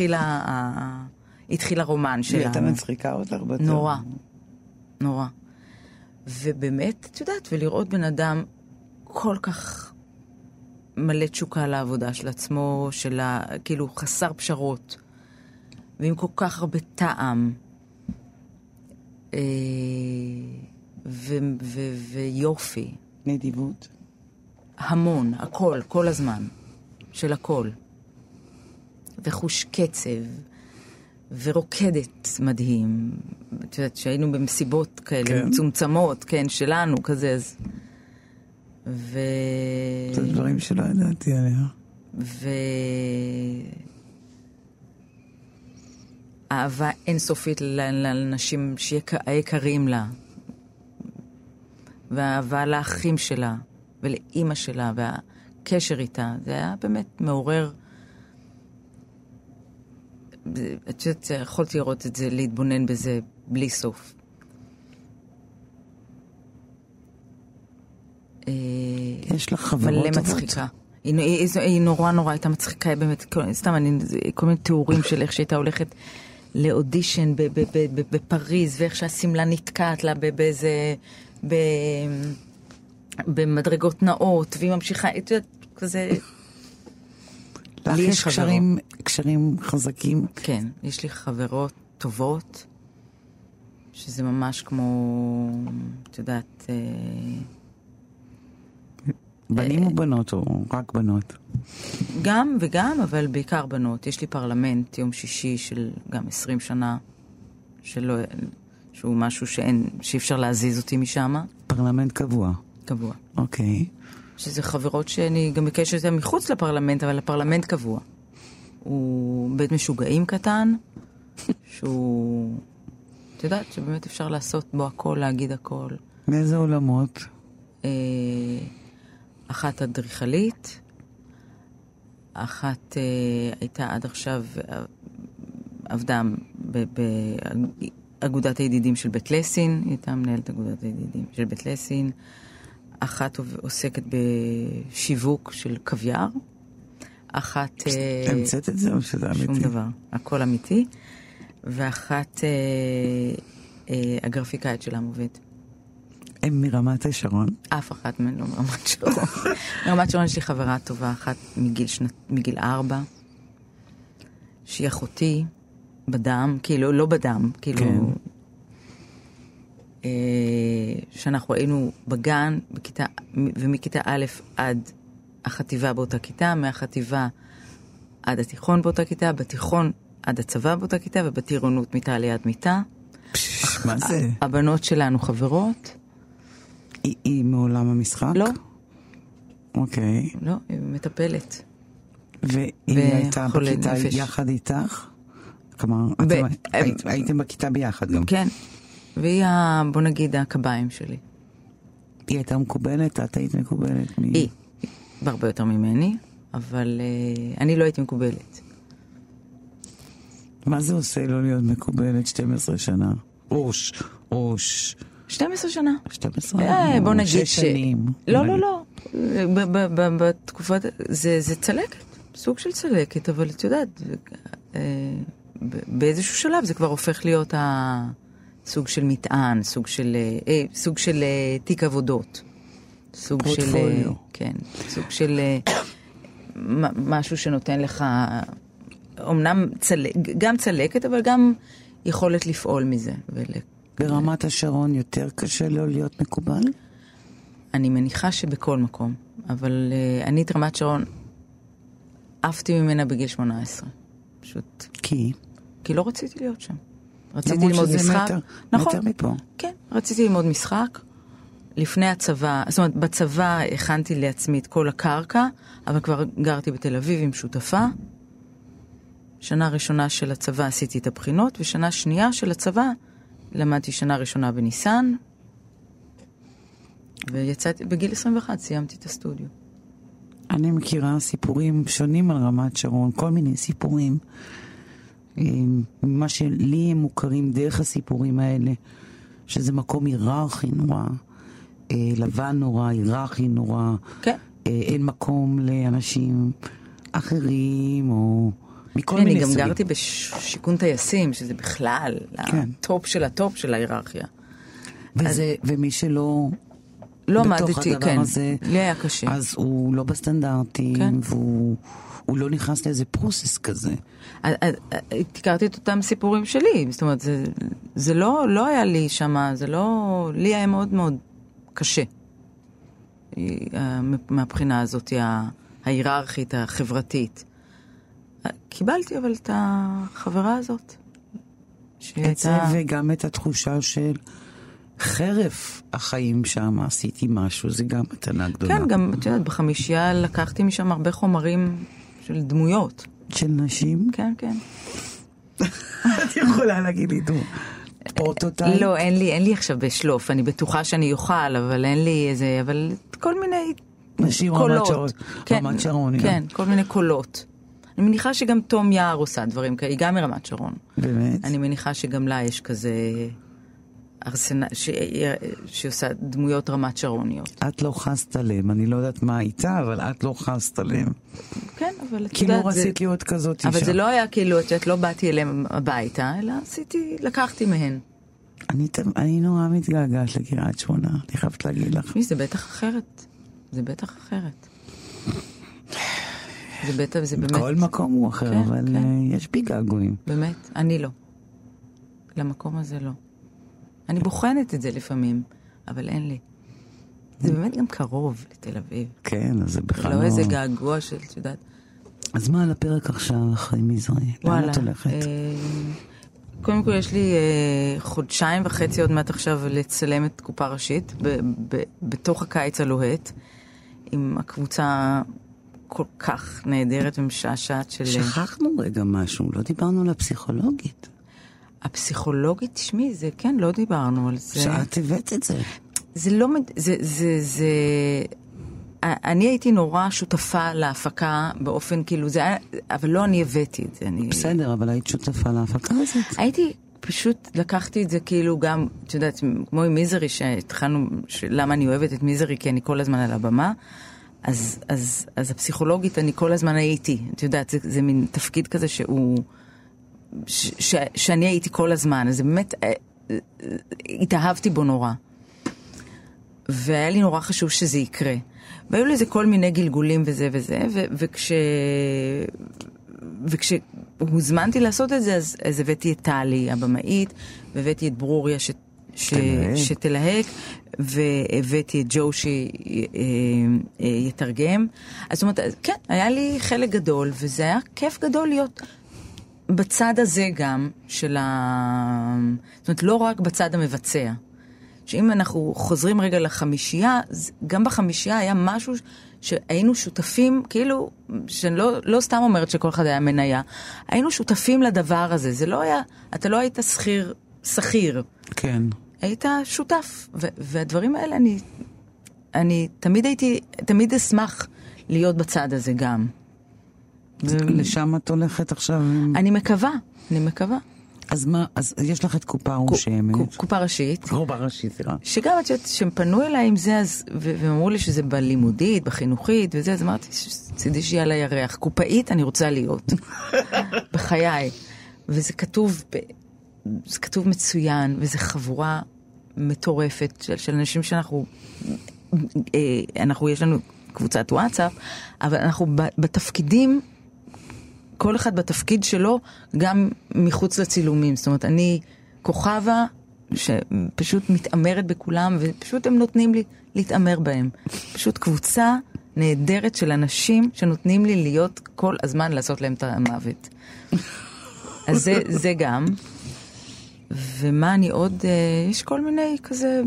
התחיל הרומן שלנו. היא הייתה מצחיקה אותך בטוח. נורא. נורא. ובאמת, את יודעת, ולראות בן אדם כל כך מלא תשוקה לעבודה של עצמו, כאילו חסר פשרות, ועם כל כך הרבה טעם, ויופי. נדיבות. המון, הכל, כל הזמן. של הכל. וחוש קצב. ורוקדת מדהים. את יודעת, שהיינו במסיבות כאלה, מצומצמות, כן, שלנו, כזה, אז... זה דברים שלא ידעתי עליה. אהבה אינסופית לאנשים שיקרים לה. והאהבה לאחים שלה, ולאמא שלה, והקשר איתה. זה היה באמת מעורר... את יודעת, יכולתי לראות את זה, להתבונן בזה בלי סוף. יש לך חברות מלא מצחיקה. היא נורא הייתה מצחיקה, באמת, סתם, כל מיני תיאורים של איך שהייתה הולכת לאודישן בפריז, ואיך שהסמלה נתקעת לה באיזה, במדרגות נאות, והיא ממשיכה, את יודעת, כזה... לך יש קשרים חזקים. כן, יש לי חברות טובות, שזה ממש כמו, את יודעת... בנים או בנות, או רק בנות? גם וגם, אבל בעיקר בנות. יש לי פרלמנט יום שישי של גם 20 שנה, שהוא משהו שאי אפשר להזיז אותי משם. פרלמנט קבוע? קבוע. אוקיי. שזה חברות שאני גם בקשר איתן מחוץ לפרלמנט, אבל הפרלמנט קבוע. הוא בית משוגעים קטן, שהוא... את יודעת שבאמת אפשר לעשות בו הכל, להגיד הכל. מאיזה עולמות? אחת אדריכלית, אחת הייתה עד עכשיו, עבדה באגודת הידידים של בית לסין, היא הייתה מנהלת אגודת הידידים של בית לסין, אחת עוסקת בשיווק של קוויאר, אחת... המצאת את זה או שזה אמיתי? שום דבר, הכל אמיתי, ואחת הגרפיקאית שלה מובאת. הם מרמת השרון? אף אחת מהן לא מרמת שרון. מרמת שרון יש לי חברה טובה אחת מגיל 4, שהיא אחותי בדם, כאילו, לא בדם, כאילו... כן. שאנחנו היינו בגן, ומכיתה א' עד החטיבה באותה כיתה, מהחטיבה עד התיכון באותה כיתה, בתיכון עד הצבא באותה כיתה, ובטירונות מיטה ליד מיטה. מה זה? הבנות שלנו חברות. היא מעולם המשחק? לא. אוקיי. לא, היא מטפלת. והיא הייתה וחולה בכיתה נפש. יחד איתך? כלומר, הייתם בכיתה ביחד גם. כן. והיא, בוא נגיד, הקביים שלי. היא הייתה מקובלת? את היית מקובלת? היא. הרבה יותר ממני, אבל אני לא הייתי מקובלת. מה זה עושה לא להיות מקובלת 12 שנה? אוש. 12 שנה. 12? בוא נגיד 6 שנים. לא. בתקופת... זה צלקת. סוג של צלקת, אבל את יודעת, באיזשהו שלב זה כבר הופך להיות סוג של מטען, סוג של תיק עבודות. סוג פורטפוליו. כן, סוג של משהו שנותן לך, אומנם גם צלקת, אבל גם יכולת לפעול מזה. ברמת השרון יותר קשה לא להיות מקובל? אני מניחה שבכל מקום, אבל אני את רמת שרון עפתי ממנה בגיל 18. פשוט. כי לא רציתי להיות שם. רציתי ללמוד משחק. נכון. מטר מפה. כן, רציתי ללמוד משחק. לפני הצבא, זאת אומרת, בצבא הכנתי לעצמי את כל הקרקע, אבל כבר גרתי בתל אביב עם שותפה. שנה ראשונה של הצבא עשיתי את הבחינות, ושנה שנייה של הצבא למדתי שנה ראשונה בניסן, ויצאתי, בגיל 21 סיימתי את הסטודיו. אני מכירה סיפורים שונים על רמת שרון, כל מיני סיפורים. מה שלי הם מוכרים דרך הסיפורים האלה, שזה מקום היררכי נורא, לבן נורא, היררכי נורא. כן. אין מקום לאנשים אחרים, או מכל מיני אני גם סוגים. גרתי בשיכון טייסים, שזה בכלל הטופ של הטופ של ההיררכיה. ומי שלא... לא בתוך עמדתי, הדבר כן, הזה, לי היה קשה. אז הוא לא בסטנדרטים, כן. והוא לא נכנס לאיזה פרוסס כזה. תכרתי את אותם סיפורים שלי, זאת אומרת, זה לא היה לי שמה, זה לא, לי היה מאוד מאוד קשה. מהבחינה הזאת, ההיררכית, החברתית. קיבלתי אבל את החברה הזאת. את זה וגם את התחושה של חרף החיים שם, עשיתי משהו, זה גם מתנה גדולה. כן, גם, את יודעת, בחמישייה לקחתי משם הרבה חומרים של דמויות. של נשים? כן, כן. את יכולה להגיד לי, פרוטוטייפ? לא, אין לי עכשיו בשלוף, אני בטוחה שאני אוכל, אבל אין לי איזה, אבל כל מיני נשים קולות. רמת שרון. כן, כל מיני קולות. אני מניחה שגם תום יער עושה דברים כאלה, היא גם מרמת שרון. באמת? אני מניחה שגם לה יש כזה ארסנה, שעושה דמויות רמת שרוניות. את לא חסת עליהם, אני לא יודעת מה הייתה, אבל את לא חסת עליהם. כן, אבל את כי יודעת, לא רצית להיות כזאת אישה. אבל זה לא היה כאילו, את לא באתי אליהם הביתה, אלא לקחתי מהן. אני נורא מתגעגעת לקריית שמונה, אני חייבת להגיד לך. זה בטח אחרת. זה בטח אחרת. זה באמת... כל מקום הוא אחר, כן, אבל כן. יש בי געגועים. באמת, אני לא. למקום הזה לא. אני בוחנת את זה לפעמים, אבל אין לי. זה באמת גם קרוב לתל אביב. כן, אז זה בכלל לא איזה געגוע של, את יודעת. אז מה על הפרק עכשיו, אחרי מזרעי? לאן את הולכת? קודם כל יש לי 1.5 חודשים עוד מעט עכשיו לצלם את קופה ראשית, בתוך הקיץ הלוהט, עם הקבוצה כל כך נהדרת ומשעשעת של... שכחנו רגע משהו, לא דיברנו על הפסיכולוגית. הפסיכולוגית, תשמעי, זה כן, לא דיברנו על זה. שאת הבאת את זה. זה לא... אני הייתי נורא שותפה להפקה באופן כאילו זה היה, אבל לא אני הבאתי את זה. בסדר, אבל היית שותפה להפקה הזאת. הייתי, פשוט לקחתי את זה כאילו גם, את יודעת, כמו עם מיזרי שהתחלנו, למה אני אוהבת את מיזרי? כי אני כל הזמן על הבמה. אז הפסיכולוגית אני כל הזמן הייתי. את יודעת, זה מין תפקיד כזה שהוא... שאני הייתי כל הזמן, אז באמת התאהבתי בו נורא. והיה לי נורא חשוב שזה יקרה. והיו לזה כל מיני גלגולים וזה וזה, וכשהוזמנתי לעשות את זה, אז הבאתי את טלי, הבמאית, והבאתי את ברוריה שתלהק, והבאתי את ג'ו שיתרגם. אז זאת אומרת, כן, היה לי חלק גדול, וזה היה כיף גדול להיות בצד הזה גם, זאת אומרת, לא רק בצד המבצע. שאם אנחנו חוזרים רגע לחמישייה, גם בחמישייה היה משהו שהיינו שותפים, כאילו, שאני לא סתם אומרת שכל אחד היה מניה, היינו שותפים לדבר הזה, זה לא היה, אתה לא היית שכיר. כן. היית שותף, והדברים האלה אני תמיד אשמח להיות בצד הזה גם. לשם את הולכת עכשיו? אני מקווה. אז מה, אז יש לך את קופה רושמת. קופה ראשית. קופה ראשית, סליחה. שגם את יודעת, שהם פנו אליי עם זה, והם אמרו לי שזה בלימודית, בחינוכית, וזה, אז אמרתי, צידי שיהיה על הירח. קופאית אני רוצה להיות. בחיי. וזה כתוב, זה כתוב מצוין, וזה חבורה מטורפת של אנשים שאנחנו, יש לנו קבוצת וואטסאפ, אבל אנחנו בתפקידים, כל אחד בתפקיד שלו, גם מחוץ לצילומים. זאת אומרת, אני כוכבה שפשוט מתאמרת בכולם, ופשוט הם נותנים לי להתאמר בהם. פשוט קבוצה נהדרת של אנשים שנותנים לי להיות כל הזמן לעשות להם את המוות. אז זה גם. ומה אני עוד, יש כל מיני כזה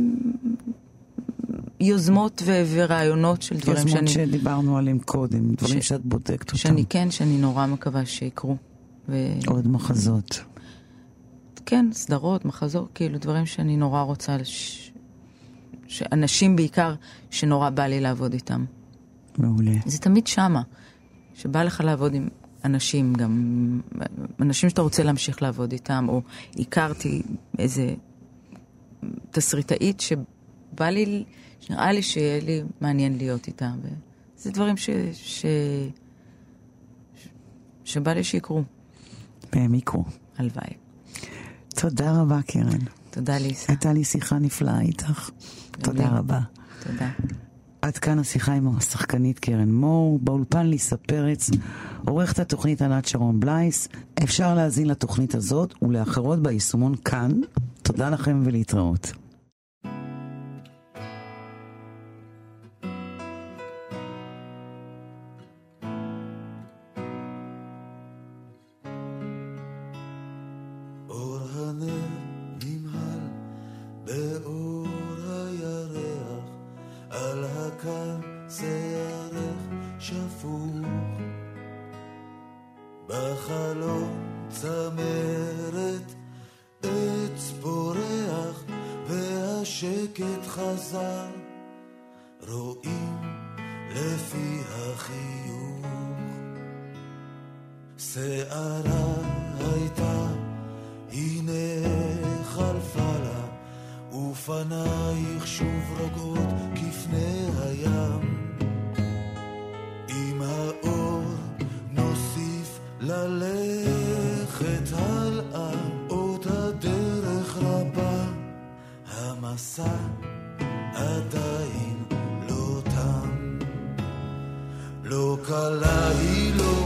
יוזמות ורעיונות של דברים יוזמות שדיברנו עליהם קודם, דברים שאת בודקת אותם. שאני נורא מקווה שיקרו. עוד מחזות. כן, סדרות, מחזות, כאילו דברים שאני נורא רוצה, שאנשים בעיקר שנורא בא לי לעבוד איתם. מעולה. זה תמיד שמה, שבא לך לעבוד עם אנשים גם, אנשים שאתה רוצה להמשיך לעבוד איתם, או הכרתי איזה תסריטאית שבא לי, שנראה לי שיהיה לי מעניין להיות איתה, וזה דברים שבא לי שיקרו. והם יקרו. הלוואי. תודה רבה, קרן. תודה ליסה. הייתה לי שיחה נפלאה איתך. תודה רבה. תודה. עד כאן השיחה עם השחקנית קרן מור, באולפן ליסה פרץ, עורכת התוכנית ענת שרון בלייס. אפשר להזין לתוכנית הזאת ולאחרות ביישומון כאן. תודה לכם ולהתראות. לא קלה היא לא